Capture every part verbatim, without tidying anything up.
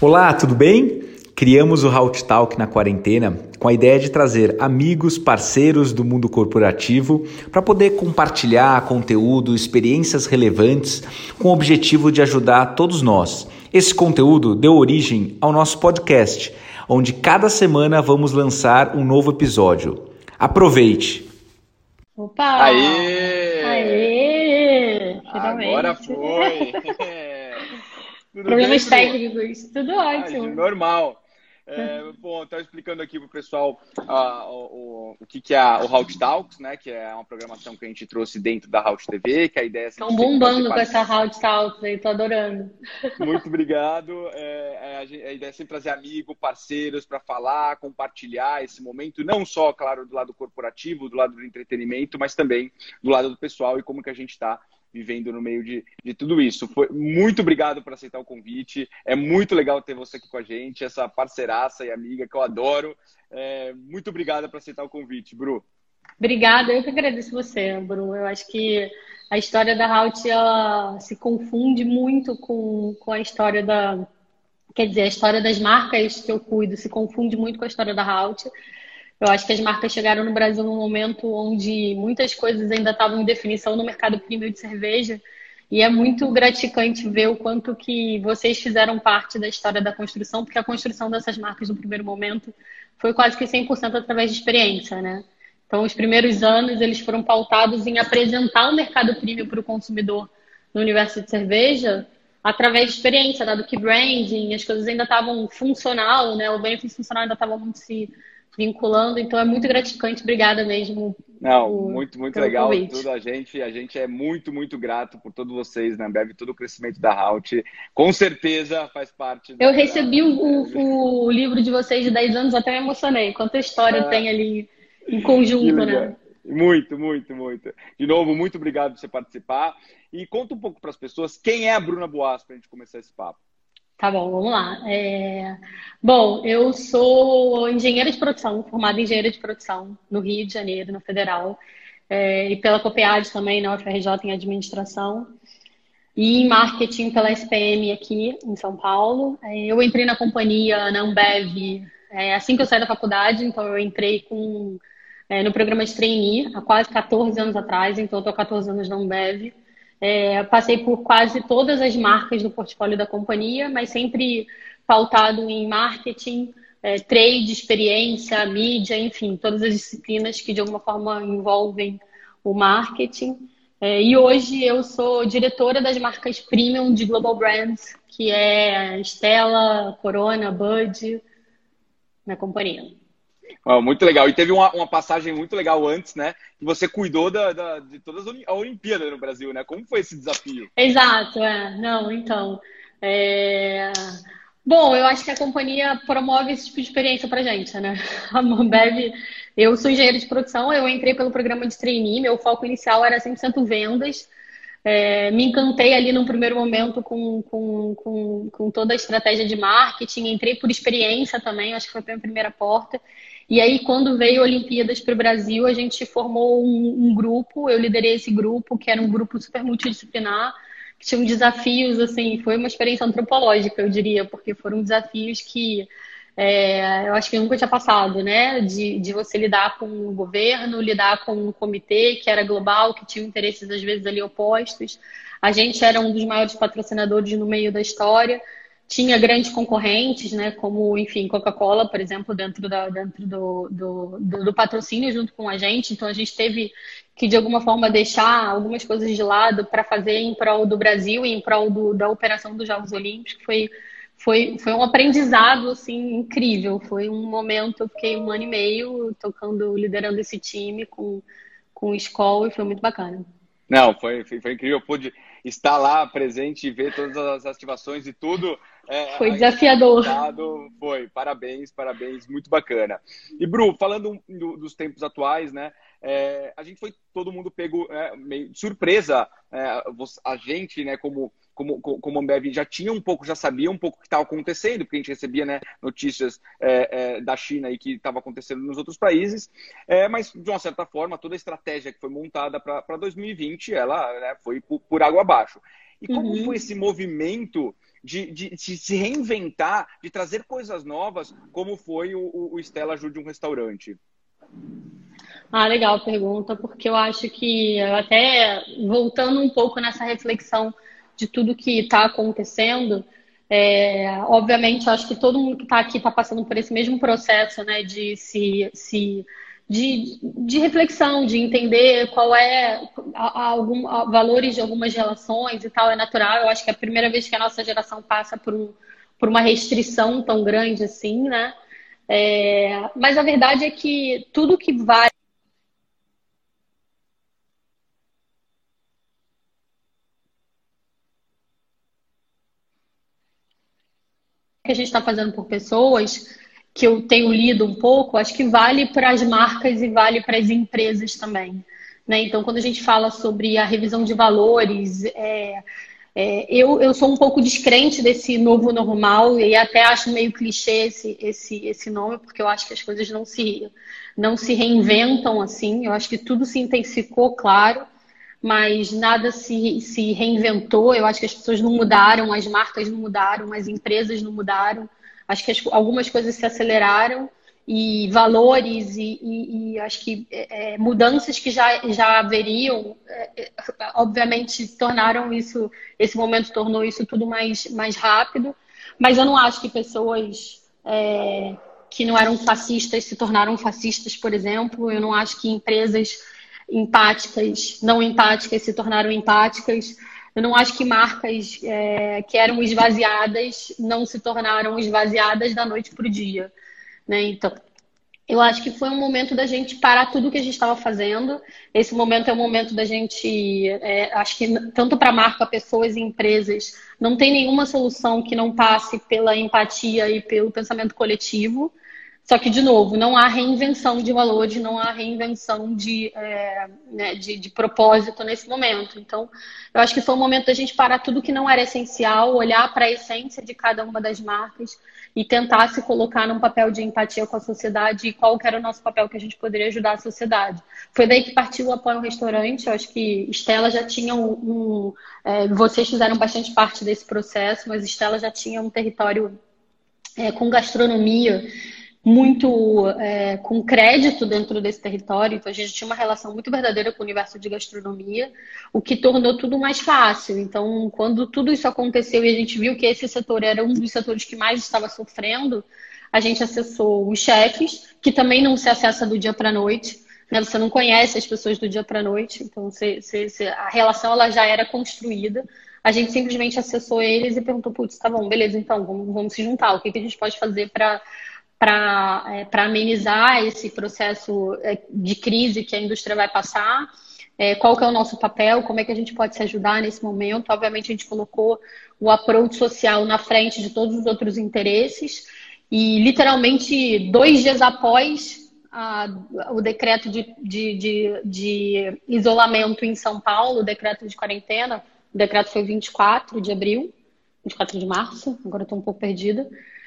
Olá, tudo bem? Criamos o Haut Talk na quarentena com a ideia de trazer amigos, parceiros do mundo corporativo para poder compartilhar conteúdo, experiências relevantes com o objetivo de ajudar todos nós. Esse conteúdo deu origem ao nosso podcast, onde cada semana vamos lançar um novo episódio. Aproveite! Opa! Aê! Aê! Agora foi! Tudo Problemas bem, Bru? técnicos, tudo ótimo. Ah, normal. É, bom, estava explicando aqui para o pessoal uh, o, o, o que, que é o Haut Talks, né? Que é uma programação que a gente trouxe dentro da Haut T V, que a ideia é... Estão bombando com essa Haut Talks aí, tô adorando. Muito obrigado. É, a, gente, a ideia é sempre trazer amigos, parceiros para falar, compartilhar esse momento, não só, claro, do lado corporativo, do lado do entretenimento, mas também do lado do pessoal e como que a gente está vivendo no meio de, de tudo isso. Foi, muito obrigado por aceitar o convite. É muito legal ter você aqui com a gente, essa parceiraça e amiga que eu adoro. É, muito obrigado por aceitar o convite, Bru. Obrigada, eu que agradeço você, Bruno. Eu acho que a história da Haut, ela se confunde muito com, com a história da... Quer dizer, a história das marcas que eu cuido se confunde muito com a história da Haut. Eu acho que as marcas chegaram no Brasil num momento onde muitas coisas ainda estavam em definição no mercado premium de cerveja, e é muito gratificante ver o quanto que vocês fizeram parte da história da construção, porque a construção dessas marcas no primeiro momento foi quase que cem por cento através de experiência, né? Então, os primeiros anos, eles foram pautados em apresentar o mercado premium para o consumidor no universo de cerveja através de experiência, dado que branding, as coisas ainda estavam funcional, né? O benefício funcional ainda estava muito se vinculando, então é muito gratificante. Obrigada mesmo. Não, por, muito, muito legal convite. tudo a gente. A gente é muito, muito grato por todos vocês na Ambev, todo o crescimento da Haut. Com certeza faz parte. Eu da, recebi da... o, o livro de vocês de dez anos, até me emocionei. Quanta história Ah, tem ali em conjunto, né? Muito, muito, muito. De novo, muito obrigado por você participar. E conta um pouco para as pessoas quem é a Bruna Boas para a gente começar esse papo. Tá bom, vamos lá. É... Bom, eu sou engenheira de produção, formada em engenheira de produção no Rio de Janeiro, na Federal, é... e pela COPEAD também, na U F R J, em administração, e em marketing pela S P M aqui em São Paulo. É... Eu entrei na companhia, na Ambev, é... assim que eu saí da faculdade, então eu entrei com... é... no programa de trainee há quase quatorze anos atrás, então eu estou há quatorze anos na Ambev. É, passei por quase todas as marcas do portfólio da companhia, mas sempre pautado em marketing, é, trade, experiência, mídia, enfim, todas as disciplinas que de alguma forma envolvem o marketing. É, e hoje eu sou diretora das marcas premium de Global Brands, que é Stella, Corona, Bud, na companhia. Oh, muito legal. E teve uma, uma passagem muito legal antes, né? Que você cuidou da, da, de todas as Olimpíadas no Brasil, né? Como foi esse desafio? Exato, é. Não, então... É... Bom, eu acho que a companhia promove esse tipo de experiência pra gente, né? A Ambev, eu sou engenheira de produção, eu entrei pelo programa de trainee, meu foco inicial era cem por cento vendas. É, me encantei ali num primeiro momento com, com, com, com toda a estratégia de marketing, entrei por experiência também, acho que foi a minha primeira porta. E aí, quando veio Olimpíadas para o Brasil, a gente formou um, um grupo, eu liderei esse grupo, que era um grupo super multidisciplinar, que tinha desafios, assim, foi uma experiência antropológica, eu diria, porque foram desafios que é, eu acho que nunca tinha passado, né? De, de você lidar com o governo, lidar com um comitê que era global, que tinha interesses às vezes ali opostos. A gente era um dos maiores patrocinadores no meio da história. Tinha grandes concorrentes, né, como, enfim, Coca-Cola, por exemplo, dentro, da, dentro do, do, do, do patrocínio junto com a gente. Então, a gente teve que, de alguma forma, deixar algumas coisas de lado para fazer em prol do Brasil e em prol do, da operação dos Jogos Olímpicos, que foi, foi, foi um aprendizado, assim, incrível. Foi um momento, eu fiquei um ano e meio tocando, liderando esse time com, com o Skol, e foi muito bacana. Não, foi, foi, foi incrível. Eu pude estar lá presente e ver todas as ativações e tudo. É, foi desafiador. Foi, parabéns, parabéns, muito bacana. E, Bru, falando do, dos tempos atuais, né? É, a gente foi todo mundo pego é, meio de surpresa. É, a gente, né, como, como, como Ambev, já tinha um pouco, já sabia um pouco o que estava acontecendo, porque a gente recebia, né, notícias é, é, da China e que estava acontecendo nos outros países. É, mas, de uma certa forma, toda a estratégia que foi montada para dois mil e vinte, ela, né, foi por, por água abaixo. E como Uhum. foi esse movimento de, de, de se reinventar, de trazer coisas novas, como foi o, o Stella Ajude um Restaurante? Ah, legal a pergunta, porque eu acho que, até voltando um pouco nessa reflexão de tudo que está acontecendo, é, obviamente, eu acho que todo mundo que está aqui está passando por esse mesmo processo, né, de se, se de, de reflexão, de entender qual é a- a algum, a- valores de algumas relações e tal, é natural. Eu acho que é a primeira vez que a nossa geração passa por um, por uma restrição tão grande assim, né? É, mas a verdade é que tudo que vale que a gente está fazendo por pessoas, que eu tenho lido um pouco, acho que vale para as marcas e vale para as empresas também. Né? Então, quando a gente fala sobre a revisão de valores, é, é, eu, eu sou um pouco descrente desse novo normal e até acho meio clichê esse, esse, esse nome, porque eu acho que as coisas não se, não se reinventam assim. Eu acho que tudo se intensificou, claro, mas nada se, se reinventou. Eu acho que as pessoas não mudaram, as marcas não mudaram, as empresas não mudaram. Acho que as- algumas coisas se aceleraram e valores e, e- e acho que é, é, mudanças que já, já haveriam, é, é, obviamente, tornaram isso, esse momento tornou isso tudo mais, mais rápido. Mas eu não acho que pessoas é, que não eram fascistas se tornaram fascistas, por exemplo. Eu não acho que empresas empáticas, não empáticas se tornaram empáticas. Eu não acho que marcas é, que eram esvaziadas não se tornaram esvaziadas da noite para o dia. Né? Então, eu acho que foi um momento da gente parar tudo que a gente estava fazendo. Esse momento é um momento da gente, é, acho que tanto para marca, pessoas e empresas, não tem nenhuma solução que não passe pela empatia e pelo pensamento coletivo. Só que, de novo, não há reinvenção de valores, não há reinvenção de, é, né, de, de propósito nesse momento. Então, eu acho que foi um momento da gente parar tudo que não era essencial, olhar para a essência de cada uma das marcas e tentar se colocar num papel de empatia com a sociedade e qual que era o nosso papel que a gente poderia ajudar a sociedade. Foi daí que partiu o Apoio ao Restaurante. Eu acho que Estela já tinha um... um é, vocês fizeram bastante parte desse processo, mas Estela já tinha um território é, com gastronomia muito é, com crédito dentro desse território, então a gente tinha uma relação muito verdadeira com o universo de gastronomia, o que tornou tudo mais fácil. Então, quando tudo isso aconteceu e a gente viu que esse setor era um dos setores que mais estava sofrendo, a gente acessou os chefes, que também não se acessa do dia para a noite, né? Você não conhece as pessoas do dia para a noite, então você, você, você, a relação ela já era construída. A gente simplesmente acessou eles e perguntou, putz, tá bom, beleza, então vamos, vamos se juntar. O que, que a gente pode fazer para para é, para amenizar esse processo é, de crise que a indústria vai passar, é, qual que é o nosso papel, como é que a gente pode se ajudar nesse momento. Obviamente, a gente colocou o approach social na frente de todos os outros interesses e, literalmente, dois dias após a, o decreto de, de, de, de isolamento em São Paulo, o decreto de quarentena, o decreto foi vinte e quatro de abril, vinte e quatro de março, agora estou um pouco perdida.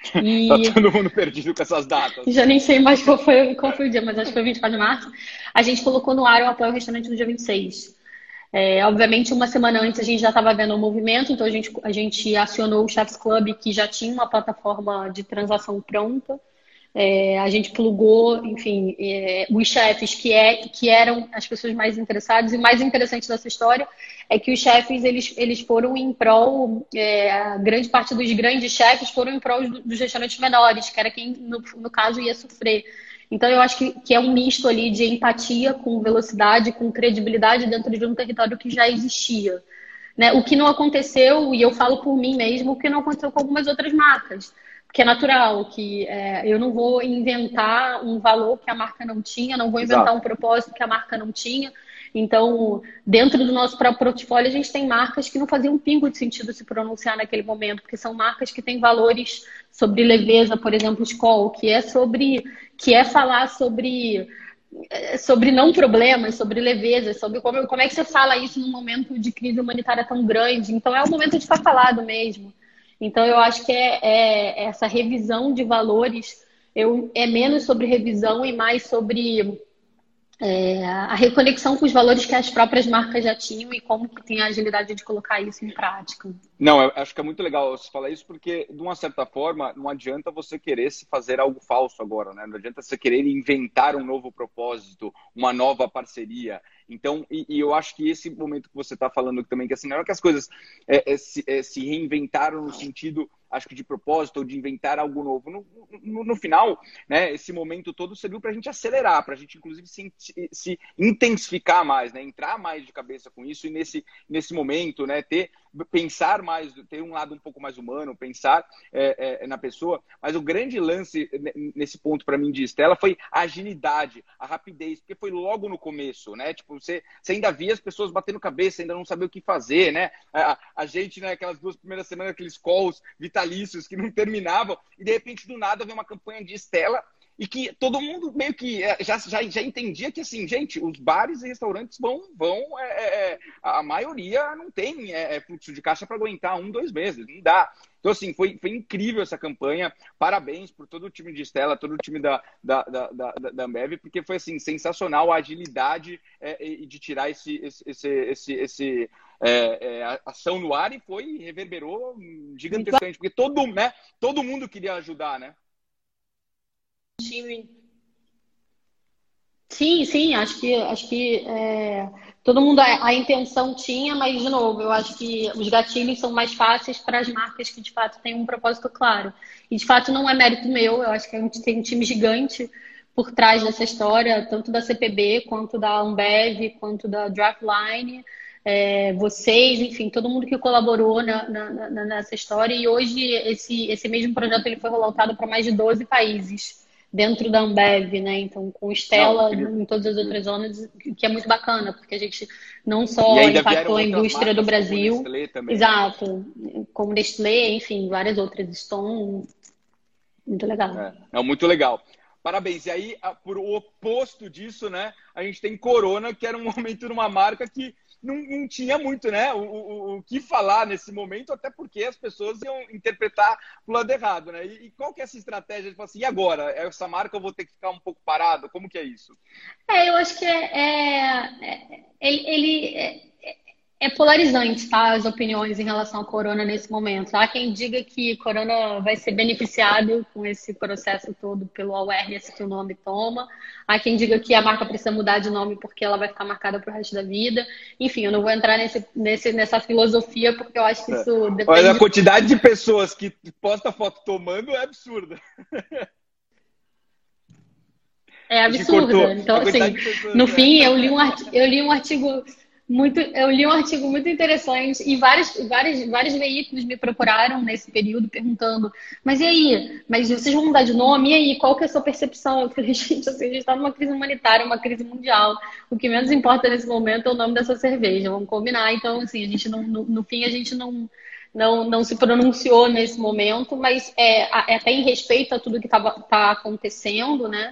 Tá E todo mundo perdido com essas datas. já nem sei mais qual foi, qual foi o dia, mas acho que foi vinte e quatro de março. A gente colocou no ar o apoio ao restaurante no dia vinte e seis. É, obviamente, uma semana antes a gente já estava vendo o movimento, então a gente, a gente acionou o Chefs Club, que já tinha uma plataforma de transação pronta. É, a gente plugou, enfim, é, os chefes que, é, que eram as pessoas mais interessadas. E o mais interessante dessa história é que os chefes eles, eles foram em prol, é, a grande parte dos grandes chefes foram em prol dos restaurantes menores, que era quem, no, no caso, ia sofrer. Então, eu acho que, que é um misto ali de empatia com velocidade, com credibilidade dentro de um território que já existia. Né? O que não aconteceu, e eu falo por mim mesmo, o que não aconteceu com algumas outras marcas. Porque é natural que é, eu não vou inventar um valor que a marca não tinha, não vou inventar Exato. um propósito que a marca não tinha. Então, dentro do nosso próprio portfólio, a gente tem marcas que não faziam um pingo de sentido se pronunciar naquele momento, porque são marcas que têm valores sobre leveza, por exemplo, Skol, que é sobre, que é falar sobre sobre não problemas, sobre leveza, sobre como, como é que você fala isso num momento de crise humanitária tão grande. Então, é o momento de estar falado mesmo. Então, eu acho que é, é essa revisão de valores eu, é menos sobre revisão e mais sobre é, a reconexão com os valores que as próprias marcas já tinham e como que tem a agilidade de colocar isso em prática. Não, eu acho que é muito legal você falar isso, porque, de uma certa forma, não adianta você querer se fazer algo falso agora, né? Não adianta você querer inventar um novo propósito, uma nova parceria. Então, e, e eu acho que esse momento que você está falando também, que assim, na hora que as coisas é, é, se, é, se reinventaram no sentido, acho que de propósito, ou de inventar algo novo, no, no, no final, né, esse momento todo serviu para a gente acelerar, para a gente, inclusive, se, se intensificar mais, né? Entrar mais de cabeça com isso e nesse, nesse momento, né, ter, pensar mais, ter um lado um pouco mais humano, pensar é, é, na pessoa. Mas o grande lance nesse ponto para mim de Stella foi a agilidade, a rapidez, porque foi logo no começo, né? Tipo, você, você ainda via as pessoas batendo cabeça, ainda não sabia o que fazer, né? A, a gente, né, aquelas duas primeiras semanas, aqueles calls vitalícios que não terminavam, e de repente do nada vem uma campanha de Stella e que todo mundo meio que já, já, já entendia que, assim, gente, os bares e restaurantes vão, vão é, é, a maioria não tem é, fluxo de caixa para aguentar um, dois meses, não dá. Então, assim, foi, foi incrível essa campanha, parabéns por todo o time de Stella, todo o time da, da, da, da, da Ambev, porque foi, assim, sensacional a agilidade é, de tirar esse, esse, esse, esse, esse é, é, ação no ar e foi, reverberou gigantescamente, porque todo, né, todo mundo queria ajudar, né? Time. Sim, sim, acho que, acho que é, todo mundo, a, a intenção tinha, mas, de novo, eu acho que os gatilhos são mais fáceis para as marcas que, de fato, têm um propósito claro. E, de fato, não é mérito meu, eu acho que a gente tem um time gigante por trás dessa história, tanto da C P B, quanto da Ambev, quanto da Draftline, é, vocês, enfim, todo mundo que colaborou na, na, na, nessa história. E hoje, esse, esse mesmo projeto ele foi rolado para mais de doze países dentro da Ambev, né? Então, com Stella não, em todas as outras zonas, que é muito bacana, porque a gente não só impactou a indústria do Brasil, como exato, como Nestlé, enfim, várias outras estão muito legal. É, é muito legal. Parabéns. E aí, por o oposto disso, né? A gente tem Corona, que era um momento numa marca que não, não tinha muito, né? O, o, o que falar nesse momento, até porque as pessoas iam interpretar pro lado errado, né? E, e qual que é essa estratégia de falar assim, e agora? Essa marca eu vou ter que ficar um pouco parado? Como que é isso? É, eu acho que é, é, é ele, ele é, é polarizante, tá? As opiniões em relação ao Corona nesse momento. Há quem diga que Corona vai ser beneficiado com esse processo todo pelo awareness que o nome toma. Há quem diga que a marca precisa mudar de nome porque ela vai ficar marcada pro resto da vida. Enfim, eu não vou entrar nesse, nesse, nessa filosofia porque eu acho que isso depende... Olha, a quantidade de pessoas que posta foto tomando é absurda. É absurda. Então, assim, no fim, eu li um artigo, eu li um artigo muito, eu li um artigo muito interessante e vários, vários, vários veículos me procuraram nesse período perguntando, mas e aí? Mas vocês vão mudar de nome? E aí? Qual que é a sua percepção? Eu falei, gente, assim, a gente está numa crise humanitária, uma crise mundial. O que menos importa nesse momento é o nome dessa cerveja. Vamos combinar. Então, assim, a gente não, no, no fim, a gente não, não, não se pronunciou nesse momento, mas é, é até em respeito a tudo que está tá acontecendo, né?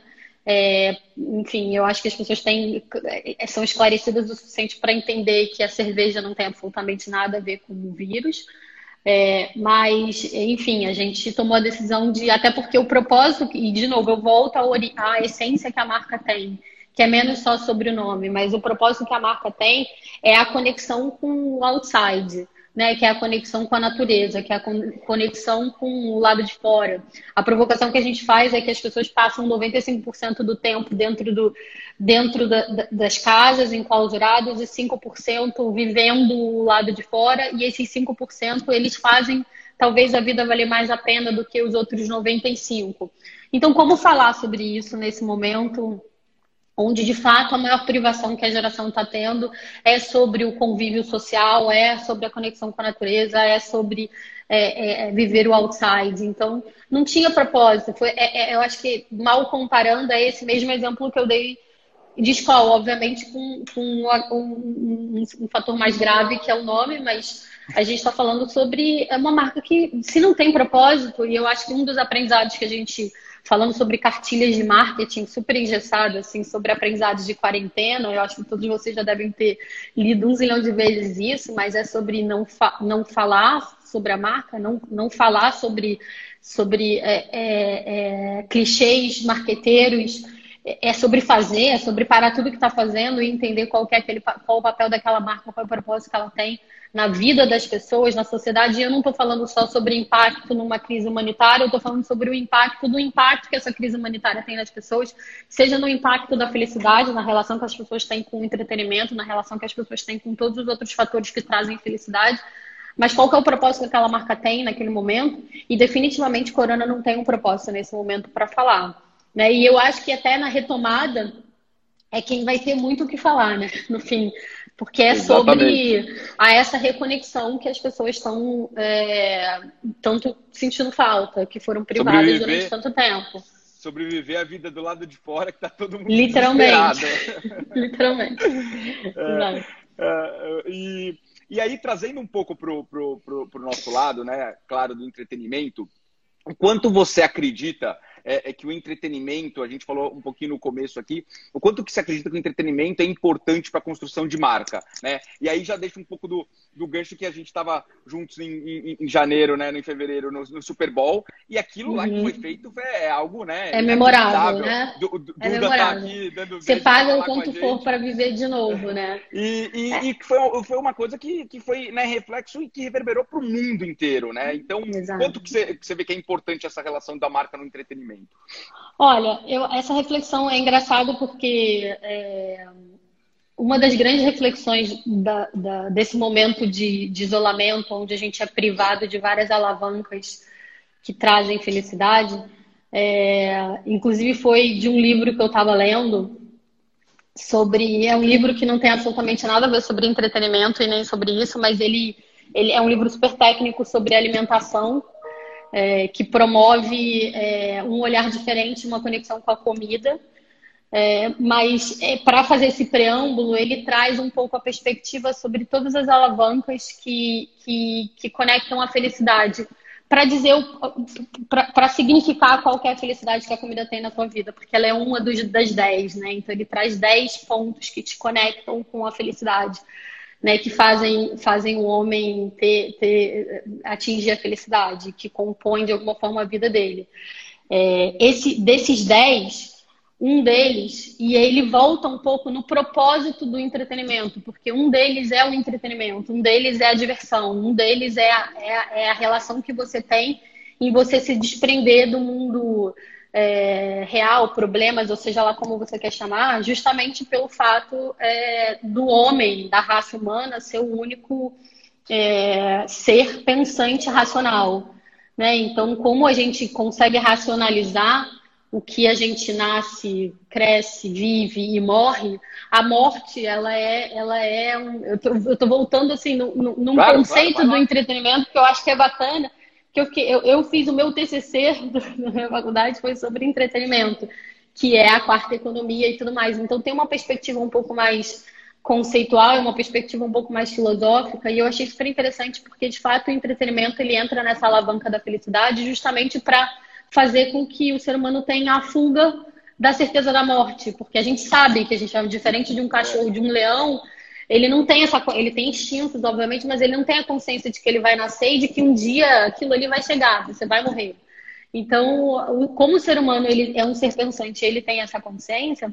É, enfim, eu acho que as pessoas têm, são esclarecidas o suficiente para entender que a cerveja não tem absolutamente nada a ver com o vírus. É, mas, enfim, a gente tomou a decisão de, até porque o propósito, e de novo, eu volto à, ori, à essência que a marca tem, que é menos só sobre o nome, mas o propósito que a marca tem é a conexão com o outside, né, que é a conexão com a natureza, que é a conexão com o lado de fora. A provocação que a gente faz é que as pessoas passam noventa e cinco por cento do tempo dentro, do, dentro da, das casas, enclausuradas, e cinco por cento vivendo o lado de fora, e esses cinco por cento eles fazem talvez a vida valer mais a pena do que os outros noventa e cinco por cento. Então, como falar sobre isso nesse momento onde, de fato, a maior privação que a geração está tendo é sobre o convívio social, é sobre a conexão com a natureza, é sobre é, é, viver o outside. Então, não tinha propósito. Foi, é, é, eu acho que, mal comparando, é esse mesmo exemplo que eu dei de escola, obviamente, com, com um, um, um, um fator mais grave, que é o nome, mas a gente está falando sobre uma marca que, se não tem propósito, e eu acho que um dos aprendizados que a gente... Falando sobre cartilhas de marketing super engessadas, assim, sobre aprendizados de quarentena, eu acho que todos vocês já devem ter lido um zilhão de vezes isso, mas é sobre não, fa não falar sobre a marca, não, não falar sobre, sobre é, é, é, clichês marqueteiros, é sobre fazer, é sobre parar tudo que está fazendo e entender qual, que é aquele, qual o papel daquela marca, qual é o propósito que ela tem na vida das pessoas, na sociedade. E eu não estou falando só sobre impacto numa crise humanitária, eu estou falando sobre o impacto do impacto que essa crise humanitária tem nas pessoas, seja no impacto da felicidade, na relação que as pessoas têm com o entretenimento, na relação que as pessoas têm com todos os outros fatores que trazem felicidade. Mas qual que é o propósito que aquela marca tem naquele momento? E definitivamente Corona não tem um propósito nesse momento para falar, né? E eu acho que até na retomada é quem vai ter muito o que falar, né? No fim, porque é Exatamente. sobre a essa reconexão que as pessoas estão é, tanto sentindo falta, que foram privadas Sobreviver, durante tanto tempo. Sobreviver a vida do lado de fora, que tá todo mundo Literalmente. desesperado. Literalmente. É, é, e, e aí, trazendo um pouco pro, pro, pro, pro nosso lado, né? Claro, do entretenimento, o quanto você acredita é, é que o entretenimento, a gente falou um pouquinho no começo aqui, o quanto que você acredita que o entretenimento é importante para a construção de marca, né? E aí já deixa um pouco do, do gancho que a gente estava juntos em, em, em janeiro, né? Em fevereiro, no, no Super Bowl, e aquilo Uhum. lá que foi feito é, é algo, né? É memorável, né? Du, du, é Duda memorável. Tá aqui dando Você paga o com quanto for para viver de novo, né? E, e, é. e foi, foi uma coisa que, que foi, né, reflexo e que reverberou para o mundo inteiro, né? Então, Exato. quanto que você, que você vê que é importante essa relação da marca no entretenimento? Olha, eu, essa reflexão é engraçada porque é, uma das grandes reflexões da, da, desse momento de, de isolamento, onde a gente é privado de várias alavancas que trazem felicidade, é, inclusive foi de um livro que eu estava lendo sobre... É um livro que não tem absolutamente nada a ver sobre entretenimento e nem sobre isso, mas ele, ele é um livro super técnico sobre alimentação, É, que promove é, um olhar diferente, uma conexão com a comida. É, mas é, para fazer esse preâmbulo, ele traz um pouco a perspectiva sobre todas as alavancas que, que, que conectam a felicidade. Para dizer, para significar qual que é a felicidade que a comida tem na tua vida, porque ela é uma dos, das dez, né? Então ele traz dez pontos que te conectam com a felicidade. Né, que fazem, fazem o homem ter, ter, atingir a felicidade, que compõem de alguma forma a vida dele. É, esse, desses dez, um deles, e ele volta um pouco no propósito do entretenimento, porque um deles é o entretenimento, um deles é a diversão, um deles é a, é a, é a relação que você tem em você se desprender do mundo É, real, problemas, ou seja lá como você quer chamar, justamente pelo fato é, do homem, da raça humana, ser o único é, ser pensante racional, né? Então, como a gente consegue racionalizar o que a gente nasce, cresce, vive e morre, a morte, ela é, ela é um, eu, tô, eu tô voltando assim no, no, num claro, conceito claro, do entretenimento que eu acho que é bacana, que eu, eu, eu fiz o meu T C C na minha faculdade, foi sobre entretenimento, que é a quarta economia e tudo mais. Então tem uma perspectiva um pouco mais conceitual, uma perspectiva um pouco mais filosófica, e eu achei super interessante porque, de fato, o entretenimento ele entra nessa alavanca da felicidade justamente para fazer com que o ser humano tenha a fuga da certeza da morte, porque a gente sabe que a gente é diferente de um cachorro, de um leão. Ele não tem essa, ele tem instintos, obviamente, mas ele não tem a consciência de que ele vai nascer e de que um dia aquilo ali vai chegar, você vai morrer. Então, como o ser humano ele é um ser pensante, ele tem essa consciência,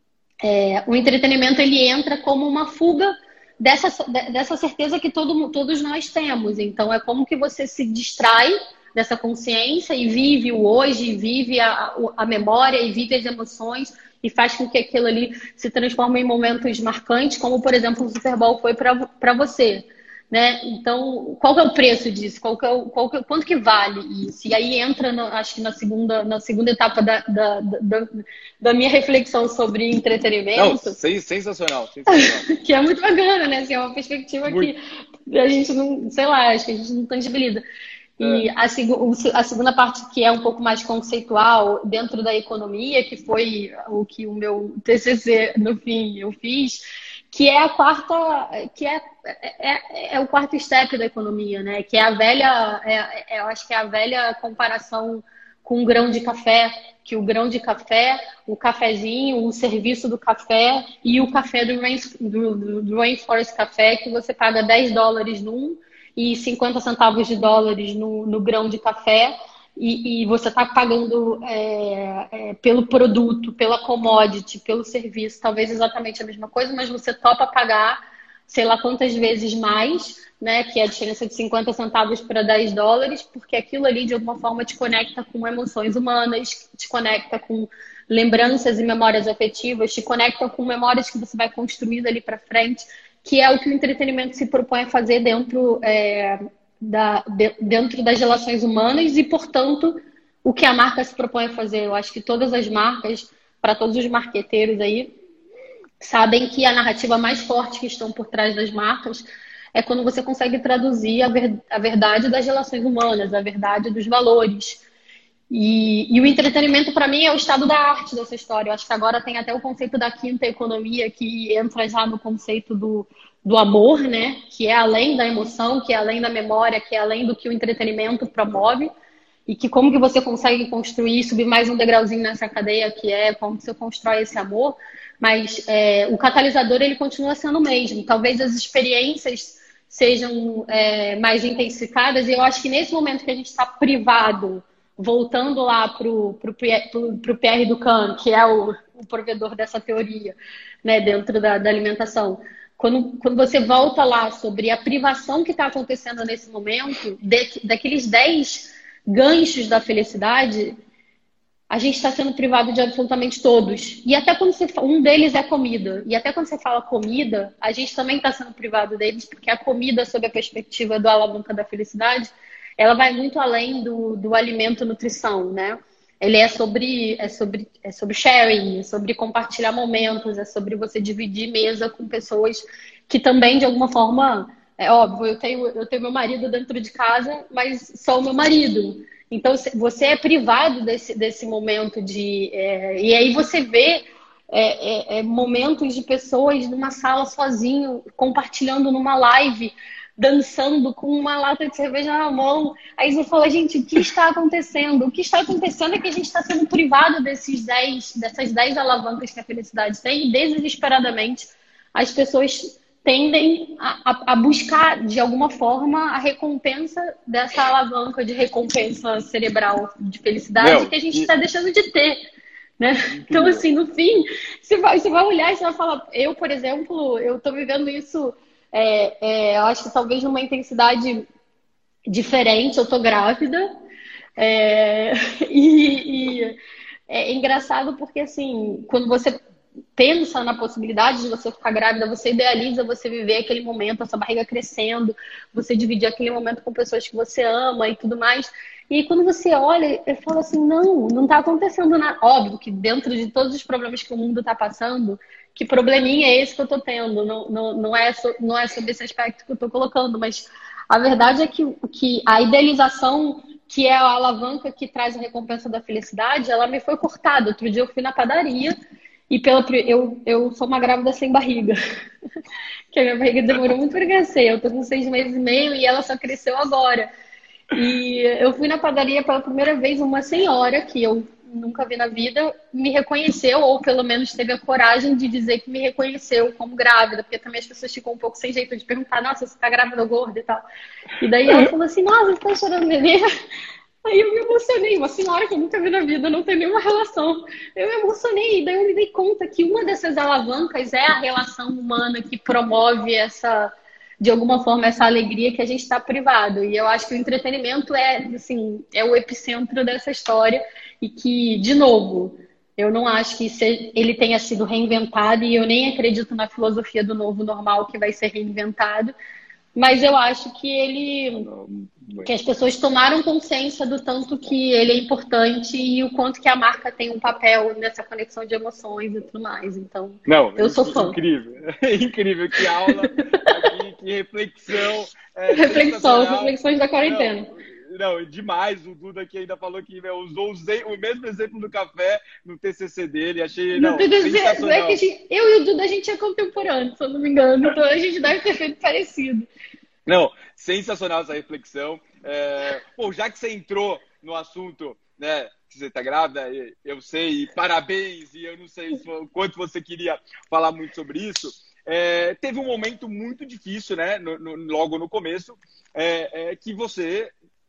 é, o entretenimento ele entra como uma fuga dessa, dessa certeza que todo, todos nós temos. Então, é como que você se distrai dessa consciência e vive o hoje, vive a, a memória e vive as emoções e faz com que aquilo ali se transforme em momentos marcantes, como, por exemplo, o Super Bowl foi para você, né? Então, qual que é o preço disso? Qual que é o, qual que, quanto que vale isso? E aí entra, no, acho que na segunda, na segunda etapa da, da, da, da minha reflexão sobre entretenimento. Não, sensacional, sensacional. Que é muito bacana, né? Assim, é uma perspectiva muito. Que a gente não, sei lá, acho que a gente não tangibiliza. E a, a segunda parte, que é um pouco mais conceitual, dentro da economia, que foi o que o meu T C C, no fim, eu fiz, que é a quarta, que é, é, é o quarto step da economia, né? Que é a velha, é, é, eu acho que é a velha comparação com o grão de café, que o grão de café, o cafezinho, o serviço do café e o café do, Rain, do, do Rainforest Café, que você paga dez dólares num e cinquenta centavos de dólares no, no grão de café. e, e você está pagando é, é, pelo produto, pela commodity, pelo serviço, talvez exatamente a mesma coisa, mas você topa pagar sei lá quantas vezes mais, né, que é a diferença de cinquenta centavos para dez dólares, porque aquilo ali de alguma forma te conecta com emoções humanas, te conecta com lembranças e memórias afetivas, te conecta com memórias que você vai construir dali para frente, que é o que o entretenimento se propõe a fazer dentro é, Da, de, dentro das relações humanas e, portanto, o que a marca se propõe a fazer. Eu acho que todas as marcas, para todos os marqueteiros aí, sabem que a narrativa mais forte que estão por trás das marcas é quando você consegue traduzir a, ver, a verdade das relações humanas, a verdade dos valores. E, e o entretenimento, para mim, é o estado da arte dessa história. Eu acho que agora tem até o conceito da quinta economia, que entra já no conceito do, do amor, né? Que é além da emoção, que é além da memória, que é além do que o entretenimento promove. E que como que você consegue construir, subir mais um degrauzinho nessa cadeia, que é como você constrói esse amor. Mas é, o catalisador, ele continua sendo o mesmo. Talvez as experiências sejam é, mais intensificadas. E eu acho que nesse momento que a gente está privado, voltando lá para o Pierre Ducan, que é o, o provedor dessa teoria, né, dentro da, da alimentação. Quando, quando você volta lá sobre a privação que está acontecendo nesse momento, de, daqueles dez ganchos da felicidade, a gente está sendo privado de absolutamente todos. E até quando você um deles é comida. E até quando você fala comida, a gente também está sendo privado deles, porque a comida, sob a perspectiva do alavanca da felicidade, ela vai muito além do, do alimento e nutrição, né? Ele é sobre, é, sobre, é sobre sharing, é sobre compartilhar momentos, é sobre você dividir mesa com pessoas que também, de alguma forma, é óbvio, eu tenho, eu tenho meu marido dentro de casa, mas só o meu marido. Então, você é privado desse, desse momento de... É, e aí você vê é, é, é, momentos de pessoas numa sala sozinho, compartilhando numa live, dançando com uma lata de cerveja na mão. Aí você fala, gente, o que está acontecendo? O que está acontecendo é que a gente está sendo privado desses dez, dessas dez alavancas que a felicidade tem, e desesperadamente as pessoas tendem a, a, a buscar, de alguma forma, a recompensa dessa alavanca de recompensa cerebral de felicidade Meu, que a gente está e... deixando de ter. Né? Então, assim, no fim, você vai, você vai olhar e você vai falar... Eu, por exemplo, eu estou vivendo isso... É, é, eu acho que talvez numa intensidade diferente. Eu tô grávida é, e, e é engraçado porque assim, quando você pensa na possibilidade de você ficar grávida, você idealiza você viver aquele momento, essa barriga crescendo, você dividir aquele momento com pessoas que você ama e tudo mais. E quando você olha, eu falo assim, não, não tá acontecendo nada. Óbvio que dentro de todos os problemas que o mundo tá passando, que probleminha é esse que eu tô tendo? Não, não, não, é, so, não é sobre esse aspecto que eu tô colocando, mas a verdade é que, que a idealização, que é a alavanca que traz a recompensa da felicidade, ela me foi cortada. Outro dia eu fui na padaria e pela, eu, eu sou uma grávida sem barriga. Que a minha barriga demorou muito para crescer. Eu tô com seis meses e meio e ela só cresceu agora. E eu fui na padaria pela primeira vez, uma senhora que eu nunca vi na vida me reconheceu, ou pelo menos teve a coragem de dizer que me reconheceu como grávida, porque também as pessoas ficam um pouco sem jeito de perguntar, nossa, você tá grávida ou gorda e tal. E daí ela falou assim, nossa, você tá chorando bebê? Aí eu me emocionei, uma senhora que eu nunca vi na vida, não tem nenhuma relação. Eu me emocionei, e daí eu me dei conta que uma dessas alavancas é a relação humana que promove essa... de alguma forma, essa alegria que a gente está privado. E eu acho que o entretenimento é, assim, é o epicentro dessa história e que, de novo, eu não acho que ele tenha sido reinventado e eu nem acredito na filosofia do novo normal que vai ser reinventado, mas eu acho que ele... que as pessoas tomaram consciência do tanto que ele é importante e o quanto que a marca tem um papel nessa conexão de emoções e tudo mais. Então, Não, eu sou fã. Incrível, incrível, que aula, aqui, que reflexão. É, reflexão, reflexões da quarentena. Não, não, demais. O Duda aqui ainda falou que né, usou o mesmo exemplo do café no T C C dele. Achei não, T C C, é que gente, eu e o Duda, a gente é contemporâneo, se eu não me engano. Então, a gente deve ter feito parecido. Não, sensacional essa reflexão. É, bom, já que você entrou no assunto, né, que você está grávida, eu sei, e parabéns, e eu não sei o quanto você queria falar muito sobre isso. É, teve um momento muito difícil, né, no, no, logo no começo, é, é, que você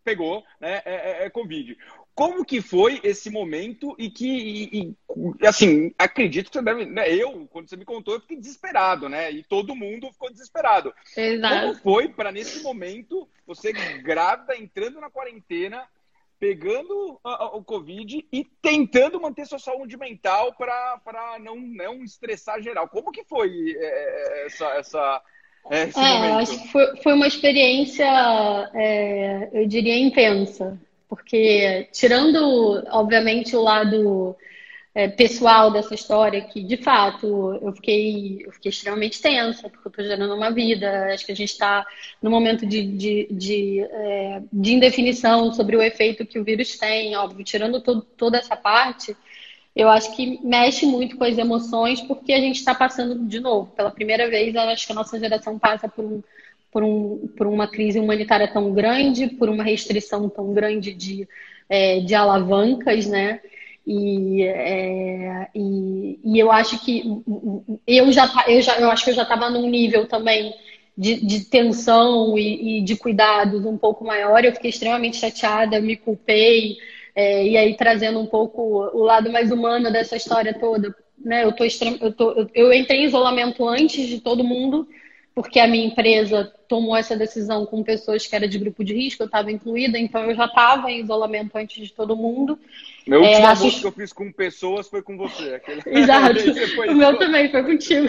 pegou, né, é, é, é Covid. Como que foi esse momento e que, e, e, assim, acredito que você deve, né, eu, quando você me contou, eu fiquei desesperado, né, e todo mundo ficou desesperado. Exato. Como foi para, nesse momento, você grávida, entrando na quarentena, pegando a, o Covid e tentando manter sua saúde mental para não, não estressar geral? Como que foi é, essa, essa, esse É, momento? acho que foi, foi uma experiência, é, eu diria, intensa. Porque, tirando, obviamente, o lado é, pessoal dessa história, que de fato eu fiquei, eu fiquei extremamente tensa, porque eu estou gerando uma vida. Acho que a gente está no momento de, de, de, é, de indefinição sobre o efeito que o vírus tem, óbvio, tirando todo, toda essa parte. Eu acho que mexe muito com as emoções, porque a gente está passando de novo. Pela primeira vez, eu acho que a nossa geração passa por um, por um, por uma crise humanitária tão grande, por uma restrição tão grande de, é, de alavancas, né? E, é, e, e eu acho que eu já, eu já eu acho que eu já estava num nível também de, de tensão e, e de cuidados um pouco maior. Eu fiquei extremamente chateada, me culpei. É, e aí trazendo um pouco o lado mais humano dessa história toda, né? Eu tô extrem... eu, tô... eu entrei em isolamento antes de todo mundo, porque a minha empresa tomou essa decisão com pessoas que eram de grupo de risco, eu estava incluída, então eu já estava em isolamento antes de todo mundo. Meu último É, almoço assist... que eu fiz com pessoas foi com você. Aquele... Exato, foi... o meu também foi contigo.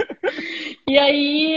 E aí,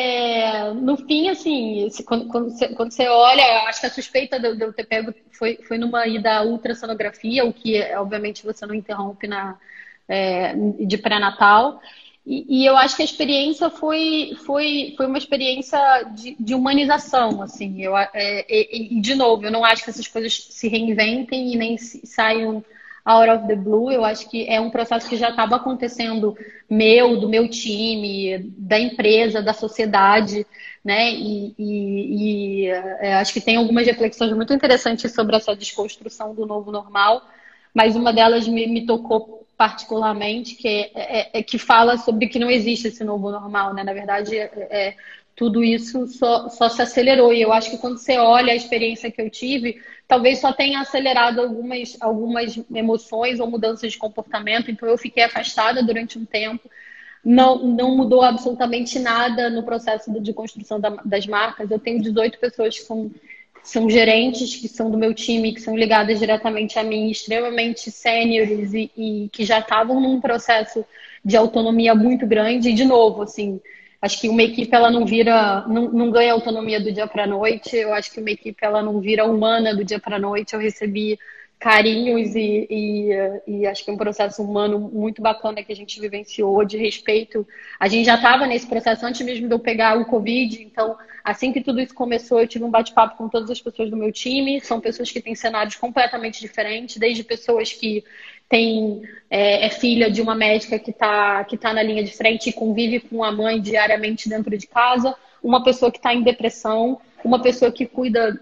é, no fim, assim, quando, quando, você, quando você olha, eu acho que a suspeita de eu ter pego foi, foi numa ida à ultrassonografia, o que, obviamente, você não interrompe na, é, de pré-natal. E, e eu acho que a experiência foi, foi, foi uma experiência de, de humanização, assim. Eu, é, e, e, de novo, eu não acho que essas coisas se reinventem e nem se, saiam out of the blue. Eu acho que é um processo que já estava acontecendo meu, do meu time, da empresa, da sociedade, né? E, e, e é, acho que tem algumas reflexões muito interessantes sobre essa desconstrução do novo normal, mas uma delas me, me tocou particularmente, que, é, é, é, que fala sobre que não existe esse novo normal, né? Na verdade, é, é, tudo isso só, só se acelerou. E eu acho que quando você olha a experiência que eu tive, talvez só tenha acelerado algumas, algumas emoções ou mudanças de comportamento. Então, eu fiquei afastada durante um tempo. Não, não mudou absolutamente nada no processo de construção da, das marcas. Eu tenho dezoito pessoas que são, são gerentes, que são do meu time, que são ligadas diretamente a mim, extremamente sêniores e, e que já estavam num processo de autonomia muito grande. E, de novo, assim, acho que uma equipe ela não vira, não, não ganha autonomia do dia para a noite. Eu acho que uma equipe ela não vira humana do dia para a noite. Eu recebi carinhos e, e, e acho que é um processo humano muito bacana que a gente vivenciou, de respeito. A gente já estava nesse processo antes mesmo de eu pegar o Covid, então assim que tudo isso começou, eu tive um bate-papo com todas as pessoas do meu time. São pessoas que têm cenários completamente diferentes, desde pessoas que tem, é, é filha de uma médica que está que tá na linha de frente e convive com a mãe diariamente dentro de casa, uma pessoa que está em depressão, uma pessoa que cuida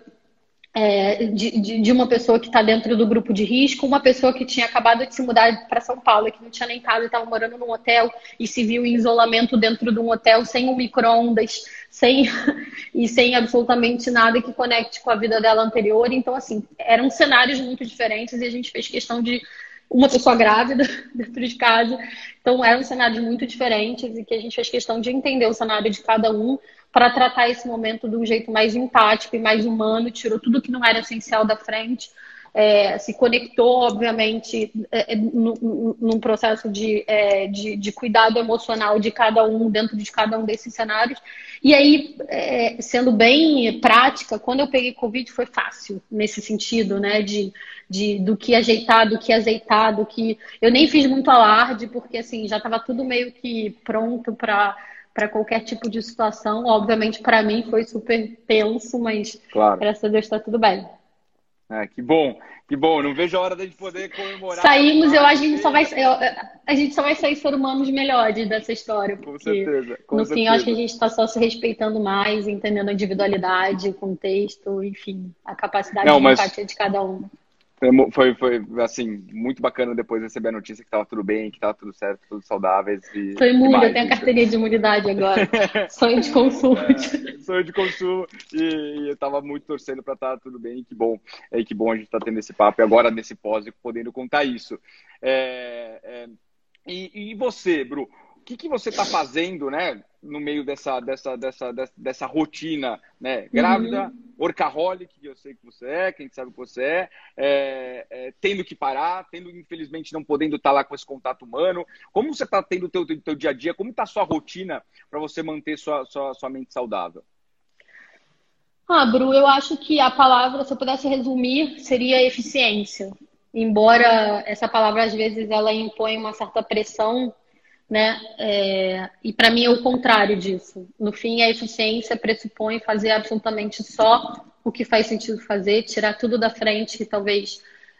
é, de, de, de uma pessoa que está dentro do grupo de risco, uma pessoa que tinha acabado de se mudar para São Paulo, que não tinha nem casa, estava morando num hotel e se viu em isolamento dentro de um hotel, sem um micro-ondas, sem, e sem absolutamente nada que conecte com a vida dela anterior. Então, assim, eram cenários muito diferentes e a gente fez questão de uma pessoa grávida dentro de casa. Então, eram cenários muito diferentes e que a gente fez questão de entender o cenário de cada um para tratar esse momento de um jeito mais empático e mais humano, tirou tudo que não era essencial da frente, é, se conectou, obviamente, é, num, num processo de, é, de, de cuidado emocional de cada um, dentro de cada um desses cenários. E aí, é, sendo bem prática, quando eu peguei Covid foi fácil, nesse sentido, né, de, de, do que ajeitar, do que azeitar, do que... Eu nem fiz muito alarde, porque assim, já estava tudo meio que pronto para... para qualquer tipo de situação. Obviamente, para mim, foi super tenso, mas claro, graças a Deus está tudo bem. É, que bom, que bom. Não vejo a hora da gente poder comemorar. Saímos, eu acho que a gente só vai, eu, a gente só vai sair ser humanos melhores dessa história. Com Porque, certeza. Com no certeza. fim, eu acho que a gente está só se respeitando mais, entendendo a individualidade, o contexto, enfim, a capacidade Não, de mas... empatia de cada um. Foi, foi, assim, muito bacana depois receber a notícia que estava tudo bem, que estava tudo certo, tudo saudáveis. E, Sou imune, eu tenho a isso. carteirinha de imunidade agora. Sonho de consumo. É, sonho de consumo. E, e eu estava muito torcendo para estar tudo bem. E que bom, é, que bom a gente estar tá tendo esse papo e agora nesse pós podendo contar isso. É, é, e, e você, Bru? O que, que você está fazendo, né, no meio dessa, dessa, dessa, dessa, dessa rotina, né? Grávida, Uhum. workaholic, que eu sei que você é, quem sabe que você é, é, é tendo que parar, tendo, infelizmente, não podendo estar lá com esse contato humano. Como você está tendo o teu, teu dia a dia? Como está a sua rotina para você manter sua, sua, sua mente saudável? Ah, Bru, eu acho que a palavra, se eu pudesse resumir, seria eficiência. Embora essa palavra, às vezes, ela impõe uma certa pressão, né? É, e para mim é o contrário disso. No fim, a eficiência pressupõe fazer absolutamente só o que faz sentido fazer, tirar tudo da frente que talvez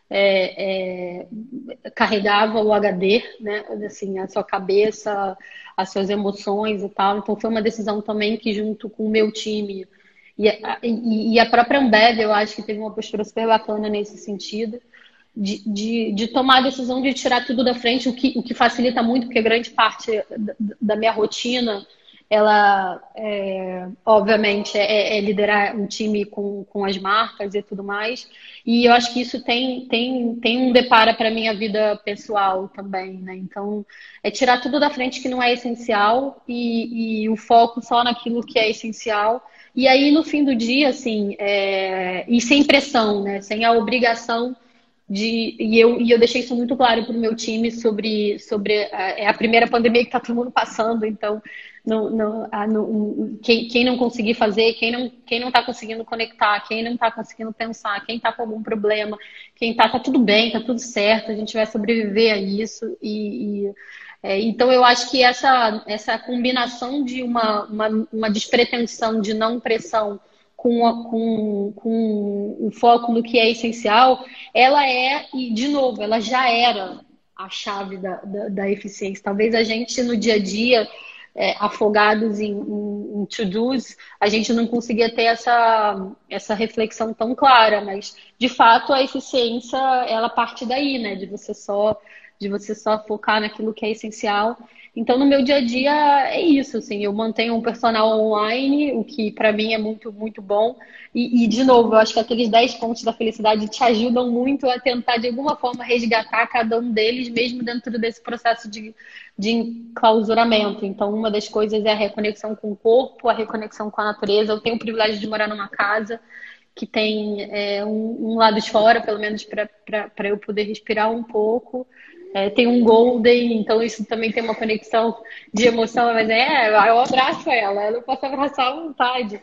é, é, carregava o H D, né? Assim, a sua cabeça, as suas emoções e tal. Então foi uma decisão também que, junto com o meu time e a, e, e a própria Ambev, eu acho que teve uma postura super bacana nesse sentido de, de, de tomar a decisão de tirar tudo da frente, o que, o que facilita muito, porque grande parte da, da minha rotina, ela, é, obviamente, é, é liderar um time com, com as marcas e tudo mais. E eu acho que isso tem, tem, tem um depara para a minha vida pessoal também, né? Então, é tirar tudo da frente que não é essencial e, e o foco só naquilo que é essencial. E aí, no fim do dia, assim, é, e sem pressão, né? Sem a obrigação de, e, eu, e eu deixei isso muito claro para o meu time sobre, sobre a, é a primeira pandemia que está todo mundo passando, então não, não, a, não, quem, quem não conseguir fazer, quem não quem não está conseguindo conectar, quem não está conseguindo pensar, quem está com algum problema, quem está, tá tudo bem, tá tudo certo, a gente vai sobreviver a isso. E, e é, então eu acho que essa, essa combinação de uma, uma, uma despretensão, de não pressão, com, a, com, com o foco no que é essencial, ela é, e de novo, ela já era a chave da, da, da eficiência. Talvez a gente no dia a dia, é, afogados em, em, em to-dos, a gente não conseguia ter essa, essa reflexão tão clara, mas de fato a eficiência ela parte daí, né? De você só, de você só focar naquilo que é essencial. Então, no meu dia a dia é isso, assim, eu mantenho um personal online, o que para mim é muito, muito bom. E, e, de novo, eu acho que aqueles dez pontos da felicidade te ajudam muito a tentar, de alguma forma, resgatar cada um deles, mesmo dentro desse processo de, de enclausuramento. Então, uma das coisas é a reconexão com o corpo, a reconexão com a natureza. Eu tenho o privilégio de morar numa casa que tem é, um, um lado de fora, pelo menos para eu poder respirar um pouco. É, tem um Golden, então isso também tem uma conexão de emoção, mas é, eu abraço ela, eu posso abraçar à vontade.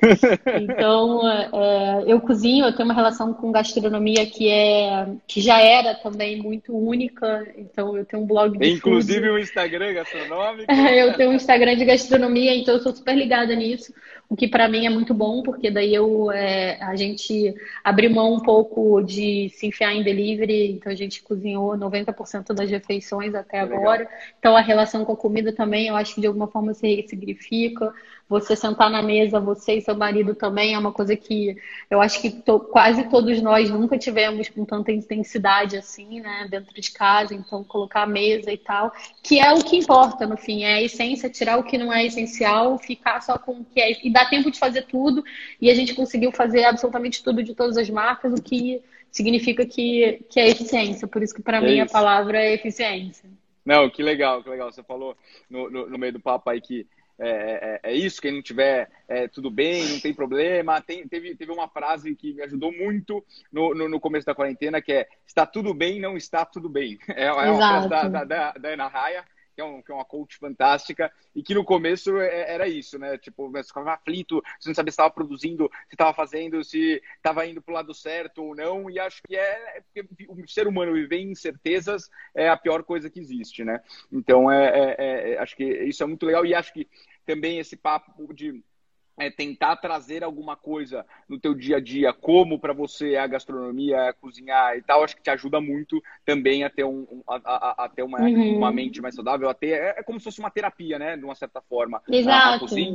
Então, é, eu cozinho, eu tenho uma relação com gastronomia que, é, que já era também muito única, então eu tenho um blog de Inclusive food. o Instagram gastronômico. Eu tenho um Instagram de gastronomia, então eu sou super ligada nisso, o que para mim é muito bom, porque daí eu, é, a gente abriu mão um pouco de se enfiar em delivery, então a gente cozinhou noventa por cento das refeições até agora. Então a relação com a comida também, eu acho que de alguma forma se ressignifica. Você sentar na mesa, você e seu marido também, é uma coisa que eu acho que to, quase todos nós nunca tivemos com tanta intensidade assim, né, dentro de casa. Então colocar a mesa e tal, que é o que importa no fim, é a essência, tirar o que não é essencial, ficar só com o que é, e dar tempo de fazer tudo, e a gente conseguiu fazer absolutamente tudo de todas as marcas, o que significa que, que é eficiência, por isso que para mim a palavra é eficiência. Não, que legal, que legal, você falou no, no, no meio do papo aí que é, é, é isso, quem não tiver é, tudo bem, não tem problema. Tem, teve, teve uma frase que me ajudou muito no, no, no começo da quarentena, que é: está tudo bem, não está tudo bem. É, é uma frase da, da, da, da Ana Raia, que é, um, que é uma coach fantástica, e que no começo era isso, né? Tipo, você ficava aflito, você não sabia se estava produzindo, se estava fazendo, se estava indo para o lado certo ou não, e acho que é, é porque o ser humano viver em incertezas é a pior coisa que existe, né? Então, é, é, é, acho que isso é muito legal, e acho que também esse papo de É tentar trazer alguma coisa no teu dia a dia, como para você é a gastronomia, é cozinhar e tal, acho que te ajuda muito também a ter, um, a, a, a ter uma, uhum. uma mente mais saudável. A ter, é, é como se fosse uma terapia, né? De uma certa forma. Exato. A, a cozinha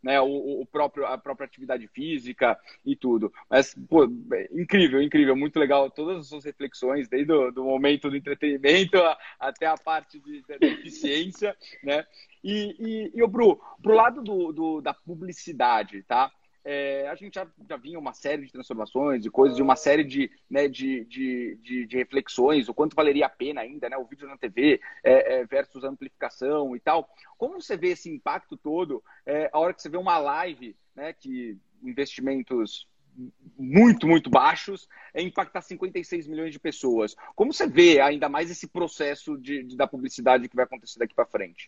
né, o, o próprio, a própria atividade física e tudo. Mas, pô, incrível, incrível, muito legal todas as suas reflexões, desde o do momento do entretenimento a, até a parte de, da, da eficiência, né? E, e, e Bru, pro lado do, do, da publicidade, tá? É, a gente já, já vinha uma série de transformações, de coisas, de uma série de, né, de, de, de, de reflexões, o quanto valeria a pena ainda, né, o vídeo na T V é, é, versus amplificação e tal. Como você vê esse impacto todo é, a hora que você vê uma live, né, que investimentos muito, muito baixos, é impactar cinquenta e seis milhões de pessoas? Como você vê ainda mais esse processo de, de, da publicidade que vai acontecer daqui para frente?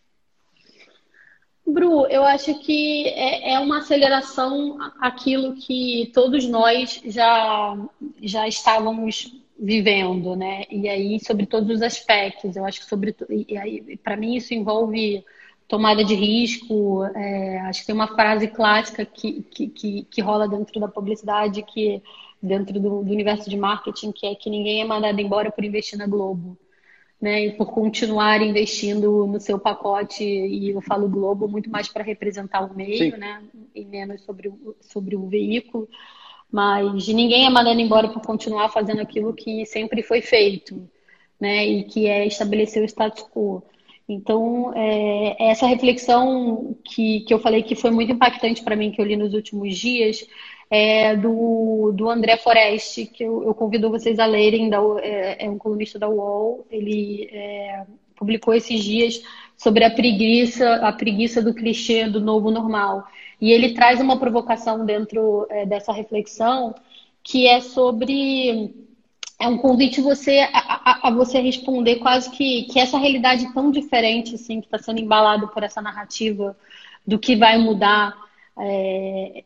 Bru, eu acho que é, é uma aceleração aquilo que todos nós já, já estávamos vivendo, né? E aí, sobre todos os aspectos, eu acho que sobre e aí, para mim, isso envolve tomada de risco. É, acho que tem uma frase clássica que, que, que, que rola dentro da publicidade, que dentro do, do universo de marketing, que é que ninguém é mandado embora por investir na Globo. Né, e por continuar investindo no seu pacote, e eu falo Globo muito mais para representar o meio, né, e menos sobre o, sobre o veículo, mas ninguém é mandado embora por continuar fazendo aquilo que sempre foi feito, né, e que é estabelecer o status quo. Então, é, essa reflexão que, que eu falei que foi muito impactante para mim, que eu li nos últimos dias, é do, do André Forest, que eu, eu convido vocês a lerem, da, é, é um colunista da U O L, ele é, publicou esses dias sobre a preguiça, a preguiça do clichê do novo normal. E ele traz uma provocação dentro é, dessa reflexão, que é sobre... É um convite você a, a, a você responder quase que, que essa realidade tão diferente, assim, que está sendo embalado por essa narrativa do que vai mudar. É,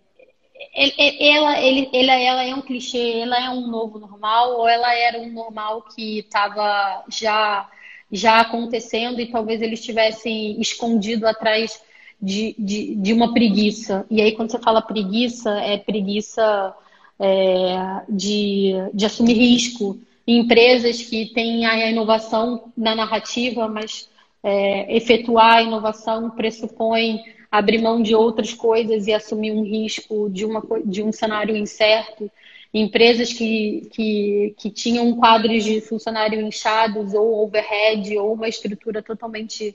ela, ele, ela, ela é um clichê, ela é um novo normal, ou ela era um normal que estava já, já acontecendo e talvez eles tivessem escondido atrás de, de, de uma preguiça. E aí, quando você fala preguiça, é preguiça... É, de, de assumir risco em empresas que têm a inovação na narrativa, mas é, efetuar a inovação pressupõe abrir mão de outras coisas e assumir um risco de, uma, de um cenário incerto. Empresas que, que, que tinham quadros de funcionário inchados ou overhead ou uma estrutura totalmente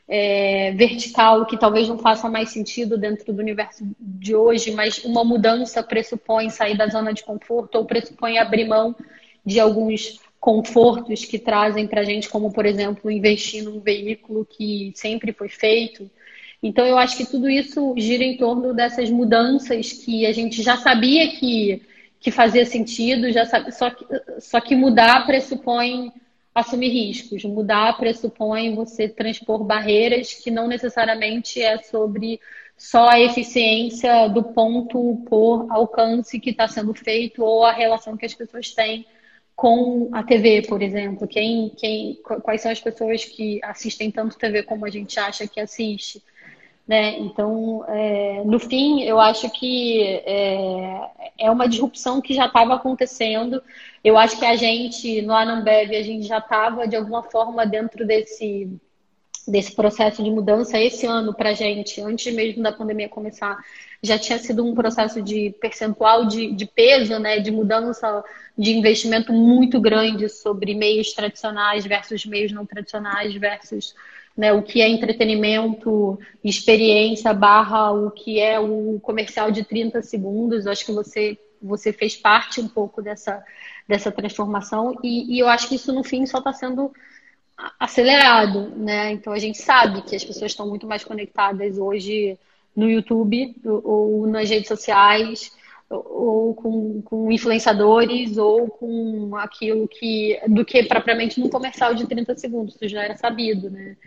É, vertical, que talvez não faça mais sentido dentro do universo de hoje, mas uma mudança pressupõe sair da zona de conforto ou pressupõe abrir mão de alguns confortos que trazem para a gente, como, por exemplo, investir num veículo que sempre foi feito. Então, eu acho que tudo isso gira em torno dessas mudanças que a gente já sabia que, que fazia sentido, já sabe, só, que, só que mudar pressupõe assumir riscos. Mudar pressupõe você transpor barreiras que não necessariamente é sobre só a eficiência do ponto por alcance que está sendo feito ou a relação que as pessoas têm com a T V, por exemplo. Quem, quem, quais são as pessoas que assistem tanto T V como a gente acha que assiste? Né? Então, é, no fim, eu acho que é, é uma disrupção que já estava acontecendo. Eu acho que a gente, no Anambev, a gente já estava, de alguma forma, dentro desse, desse processo de mudança. Esse ano, para a gente, antes mesmo da pandemia começar, já tinha sido um processo de percentual de, de peso, né? De mudança de investimento muito grande sobre meios tradicionais versus meios não tradicionais versus... Né, o que é entretenimento, experiência, barra o que é o comercial de trinta segundos. Eu acho que você, você fez parte um pouco dessa, dessa transformação e, e eu acho que isso, no fim, só está sendo acelerado. Né? Então, a gente sabe que as pessoas estão muito mais conectadas hoje no YouTube ou nas redes sociais, ou com, com influenciadores, ou com aquilo que... do que propriamente num comercial de trinta segundos. Isso já era sabido, né?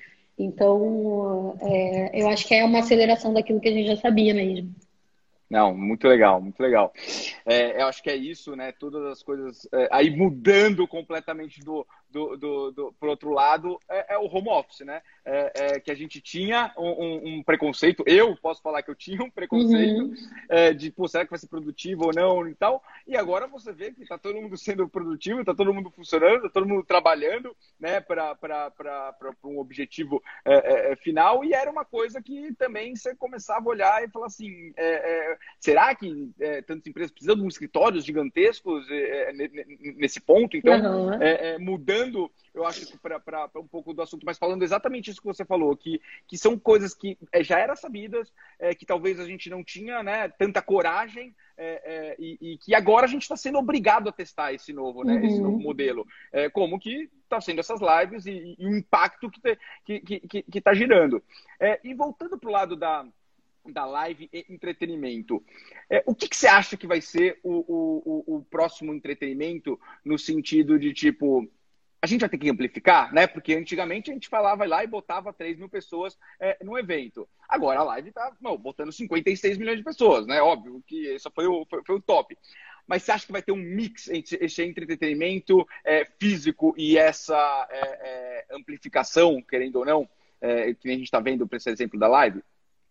Então, é, eu acho que é uma aceleração daquilo que a gente já sabia mesmo. Não, muito legal, muito legal. É, eu acho que é isso, né? Todas as coisas é, aí mudando completamente do, do, do, do, por outro lado, é, é o home office, né? É, é, que a gente tinha um, um, um preconceito, eu posso falar que eu tinha um preconceito Uhum. é, de, pô, será que vai ser produtivo ou não e tal, e agora você vê que tá todo mundo sendo produtivo, tá todo mundo funcionando, tá todo mundo trabalhando, né, para um objetivo é, é, final, e era uma coisa que também você começava a olhar e falar assim, é, é, será que é, tantas empresas precisam de um escritórios gigantescos é, nesse ponto? Então, Uhum. é, é, mudando, eu acho que para um pouco do assunto, mas falando exatamente isso que você falou, que, que são coisas que é, já eram sabidas, é, que talvez a gente não tinha, né, tanta coragem, é, é, e, e que agora a gente está sendo obrigado a testar esse novo, né, Uhum. esse novo modelo. É, como que está sendo essas lives e, e o impacto que está que, que, que tá girando. É, e voltando para o lado da, da live e entretenimento, é, o que, que você acha que vai ser o, o, o próximo entretenimento no sentido de, tipo, a gente vai ter que amplificar, né? Porque antigamente a gente falava lá e botava três mil pessoas é, no evento. Agora a live tá não, botando cinquenta e seis milhões de pessoas, né? Óbvio que esse foi o, foi, foi o top. Mas você acha que vai ter um mix entre esse entretenimento é, físico e essa é, é, amplificação, querendo ou não, é, que a gente está vendo para esse exemplo da live?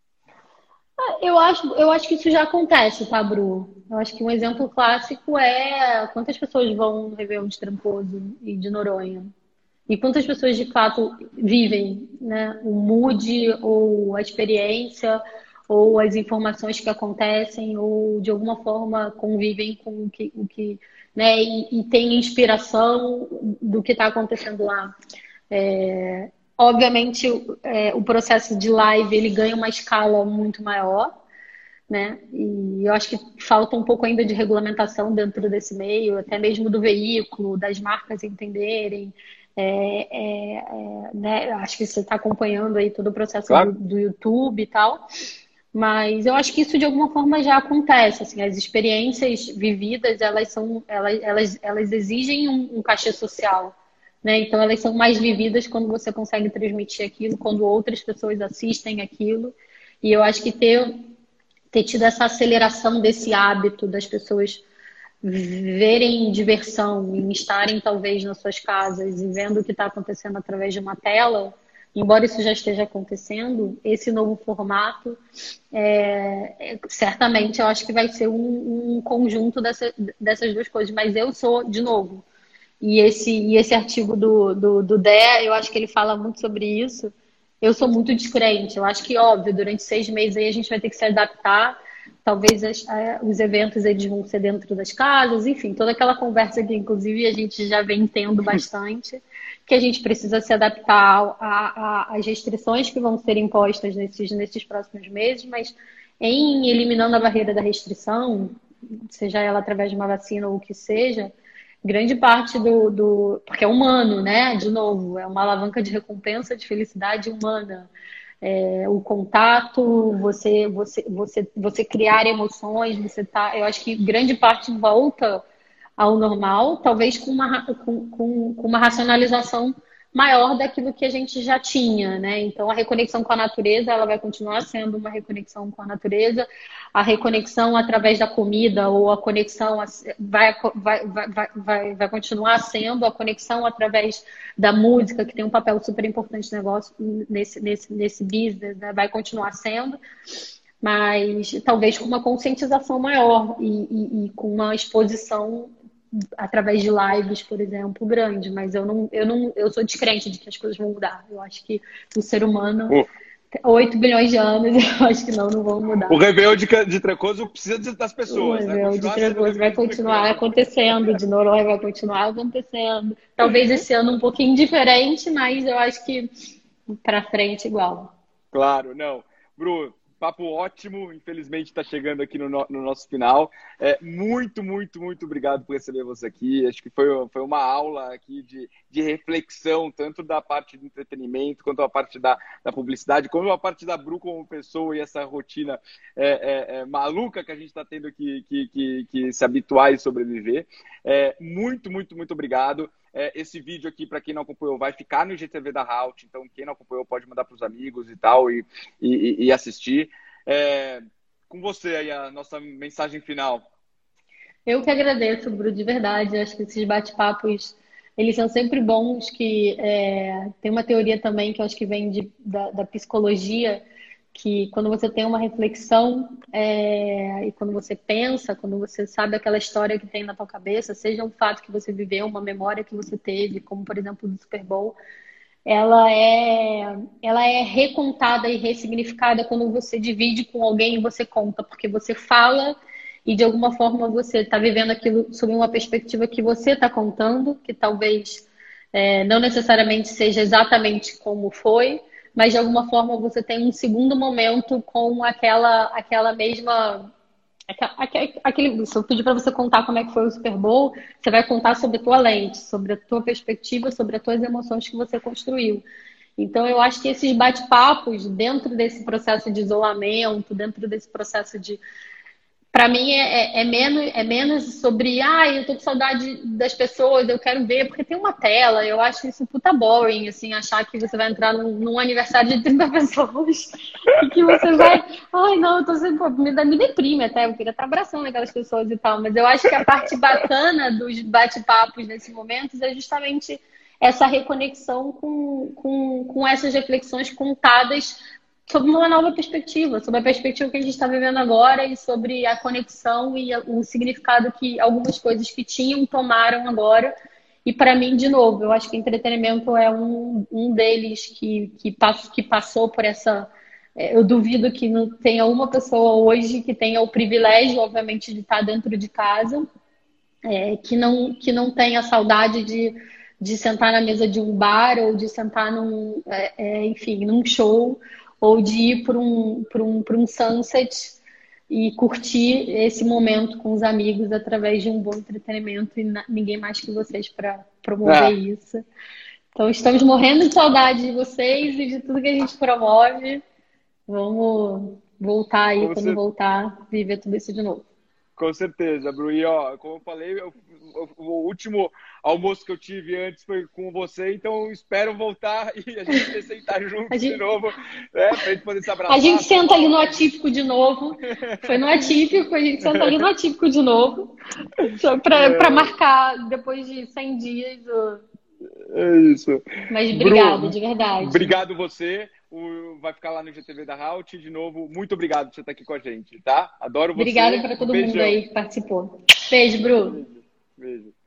Eu acho, eu acho que isso já acontece, tá, Bru? Eu acho que um exemplo clássico é quantas pessoas vão no Réveillon de Trancoso e de Noronha. E quantas pessoas, de fato, vivem, né, o mood ou a experiência ou as informações que acontecem ou, de alguma forma, convivem com o que, o que né, e, e tem inspiração do que está acontecendo lá. É, obviamente, é, o processo de live ele ganha uma escala muito maior, né? E eu acho que falta um pouco ainda de regulamentação dentro desse meio, até mesmo do veículo, das marcas entenderem. É, é, é, né? Acho que você está acompanhando aí todo o processo do, Claro. do YouTube e tal. Mas eu acho que isso de alguma forma já acontece. Assim, as experiências vividas, elas são, elas, elas, elas exigem um, um cachê social. Né? Então elas são mais vividas quando você consegue transmitir aquilo, quando outras pessoas assistem aquilo. E eu acho que ter, ter tido essa aceleração desse hábito das pessoas verem diversão e estarem talvez nas suas casas e vendo o que está acontecendo através de uma tela, embora isso já esteja acontecendo, esse novo formato, é, é, certamente eu acho que vai ser um, um conjunto dessa, dessas duas coisas. Mas eu sou, de novo, e esse, e esse artigo do, do, do Dé, eu acho que ele fala muito sobre isso. Eu sou muito descrente. Eu acho que, óbvio, durante seis meses aí a gente vai ter que se adaptar. Talvez as, a, os eventos eles vão ser dentro das casas, enfim, toda aquela conversa que, inclusive, a gente já vem tendo bastante, que a gente precisa se adaptar às restrições que vão ser impostas nesses, nesses próximos meses, mas em eliminando a barreira da restrição, seja ela através de uma vacina ou o que seja, grande parte do, do... Porque é humano, né? De novo, é uma alavanca de recompensa de felicidade humana. É, o contato, você, você, você, você criar emoções, você tá... Eu acho que grande parte volta ao normal, talvez com uma, com, com, com uma racionalização maior daquilo que a gente já tinha, né? Então, a reconexão com a natureza, ela vai continuar sendo uma reconexão com a natureza. A reconexão através da comida ou a conexão vai, vai, vai, vai, vai continuar sendo a conexão através da música, que tem um papel super importante no negócio, nesse, nesse, nesse business, né? Vai continuar sendo, mas talvez com uma conscientização maior e, e, e com uma exposição através de lives, por exemplo, grande, mas eu não, eu não, eu sou descrente de que as coisas vão mudar. Eu acho que o ser humano, oh. oito bilhões de anos, eu acho que não, não vão mudar. O Réveillon de, de Trancoso precisa das pessoas. O Réveillon de Trancoso vai continuar acontecendo, de Noronha vai continuar acontecendo. Talvez esse ano um pouquinho diferente, mas eu acho que para frente igual. Claro, não. Bru, papo ótimo, infelizmente está chegando aqui no, no nosso final. É, muito, muito, muito obrigado por receber você aqui. Acho que foi, foi uma aula aqui de, de reflexão, tanto da parte do entretenimento, quanto a parte da, da publicidade, quanto a parte da Bru como pessoa e essa rotina é, é, é, maluca que a gente está tendo que, que, que, que se habituar e sobreviver. É, muito, muito, muito obrigado. É, esse vídeo aqui, para quem não acompanhou, vai ficar no I G T V da Halt, então quem não acompanhou pode mandar para os amigos e tal, e, e, e assistir. É, com você aí, a nossa mensagem final. Eu que agradeço, Bru, de verdade. Acho que esses bate-papos eles são sempre bons, que é, tem uma teoria também que eu acho que vem de, da, da psicologia, que quando você tem uma reflexão é, e quando você pensa, quando você sabe aquela história que tem na tua cabeça, seja um fato que você viveu, uma memória que você teve, como por exemplo do Super Bowl, ela é, ela é recontada e ressignificada quando você divide com alguém e você conta, porque você fala e de alguma forma você está vivendo aquilo sob uma perspectiva que você está contando, que talvez é, não necessariamente seja exatamente como foi, mas de alguma forma você tem um segundo momento com aquela, aquela mesma. Aquele, aquele, se eu pedir para você contar como é que foi o Super Bowl, você vai contar sobre a tua lente, sobre a tua perspectiva, sobre as tuas emoções que você construiu. Então, eu acho que esses bate-papos, dentro desse processo de isolamento, dentro desse processo de para mim é, é, é, menos, é menos sobre, ah, eu tô com saudade das pessoas, eu quero ver, porque tem uma tela, eu acho isso puta boring, assim, achar que você vai entrar num, num aniversário de trinta pessoas e que você vai, ai, não, eu tô sempre, pô, me, me deprime até, eu queria estar abraçando aquelas pessoas e tal, mas eu acho que a parte bacana dos bate-papos nesses momentos é justamente essa reconexão com, com, com essas reflexões contadas sobre uma nova perspectiva, sobre a perspectiva que a gente está vivendo agora e sobre a conexão e o significado que algumas coisas que tinham tomaram agora. E para mim, de novo, eu acho que entretenimento é um, um deles que, que, pass, que passou por essa. Eu duvido que não tenha uma pessoa hoje que tenha o privilégio, obviamente, de estar dentro de casa, é, que, não, que não tenha saudade de, de sentar na mesa de um bar ou de sentar num, é, é, enfim, num show, ou de ir para um, para um, para um sunset e curtir esse momento com os amigos através de um bom entretenimento e na, ninguém mais que vocês para promover Ah, isso. Então, estamos morrendo de saudade de vocês e de tudo que a gente promove. Vamos voltar aí, com quando cer- voltar, viver tudo isso de novo. com certeza, Bru. E, ó, como eu falei, eu- o, o último almoço que eu tive antes foi com você, então espero voltar e a gente poder sentar A juntos de gente, novo, né? Pra gente poder se a gente abraçar, senta ali tomar no uma. atípico de novo. Foi no atípico, a gente senta ali no atípico de novo. Só para É, marcar depois de cem dias. o- é isso. Mas obrigada, Bru, de verdade. obrigado você. O- vai ficar lá no G T V da Halt. De novo, muito obrigado por você estar aqui com a gente, tá? Adoro Obrigada você. para Um todo mundo beijão. aí que participou. Beijo, Bru. Beijo. Beijo.